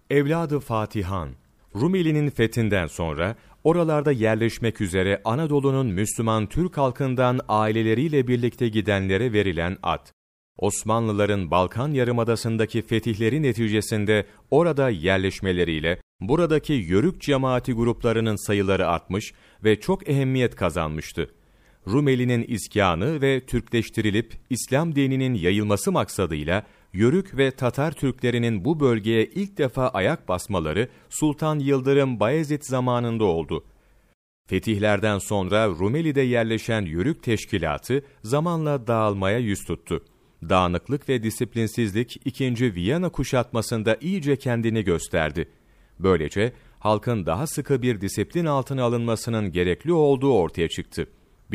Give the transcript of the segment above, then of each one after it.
Evladı Fatihan, Rumeli'nin fethinden sonra oralarda yerleşmek üzere Anadolu'nun Müslüman Türk halkından aileleriyle birlikte gidenlere verilen ad. Osmanlıların Balkan Yarımadası'ndaki fetihleri neticesinde orada yerleşmeleriyle buradaki Yörük cemaati gruplarının sayıları artmış ve çok ehemmiyet kazanmıştı. Rumeli'nin iskanı ve Türkleştirilip İslam dininin yayılması maksadıyla Yörük ve Tatar Türklerinin bu bölgeye ilk defa ayak basmaları Sultan Yıldırım Bayezid zamanında oldu. Fetihlerden sonra Rumeli'de yerleşen Yörük teşkilatı zamanla dağılmaya yüz tuttu. Dağınıklık ve disiplinsizlik 2. Viyana kuşatmasında iyice kendini gösterdi. Böylece halkın daha sıkı bir disiplin altına alınmasının gerekli olduğu ortaya çıktı.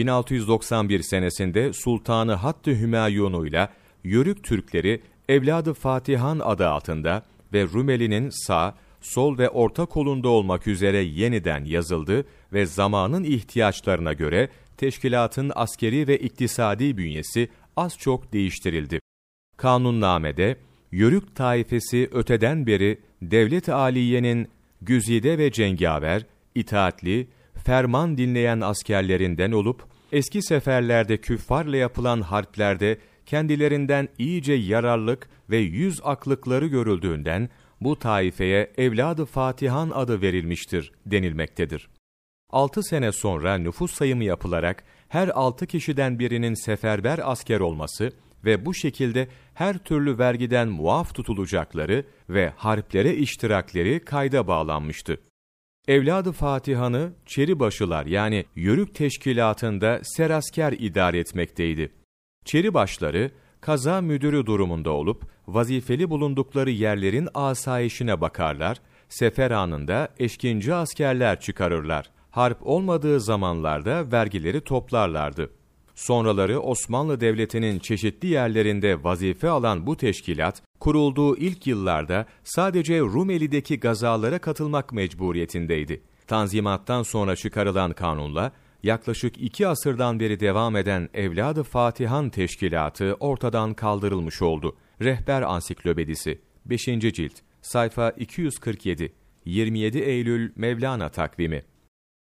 1691 senesinde Sultanı Hattı Hümayun'uyla Yörük Türkleri Evladı Fatihan adı altında ve Rumeli'nin sağ, sol ve orta kolunda olmak üzere yeniden yazıldı ve zamanın ihtiyaçlarına göre teşkilatın askeri ve iktisadi bünyesi az çok değiştirildi. Kanunnamede Yörük taifesi öteden beri Devlet-i Aliye'nin güzide ve cengaver, itaatli, ferman dinleyen askerlerinden olup eski seferlerde küffarla yapılan harplerde kendilerinden iyice yararlık ve yüz aklıkları görüldüğünden bu taifeye Evladı Fatihan adı verilmiştir denilmektedir. 6 sene sonra nüfus sayımı yapılarak her 6 kişiden birinin seferber asker olması ve bu şekilde her türlü vergiden muaf tutulacakları ve harplere iştirakleri kayda bağlanmıştı. Evladı Fatihan'ı Çeribaşılar yani Yörük teşkilatında serasker idare etmekteydi. Çeribaşları kaza müdürü durumunda olup vazifeli bulundukları yerlerin asayişine bakarlar, sefer anında eşkinci askerler çıkarırlar. Harp olmadığı zamanlarda vergileri toplarlardı. Sonraları Osmanlı Devleti'nin çeşitli yerlerinde vazife alan bu teşkilat, kurulduğu ilk yıllarda sadece Rumeli'deki gazalara katılmak mecburiyetindeydi. Tanzimattan sonra çıkarılan kanunla, yaklaşık 2 asırdan beri devam eden Evladı Fatihan Teşkilatı ortadan kaldırılmış oldu. Rehber Ansiklopedisi 5. cilt, sayfa 247, 27 Eylül Mevlana takvimi.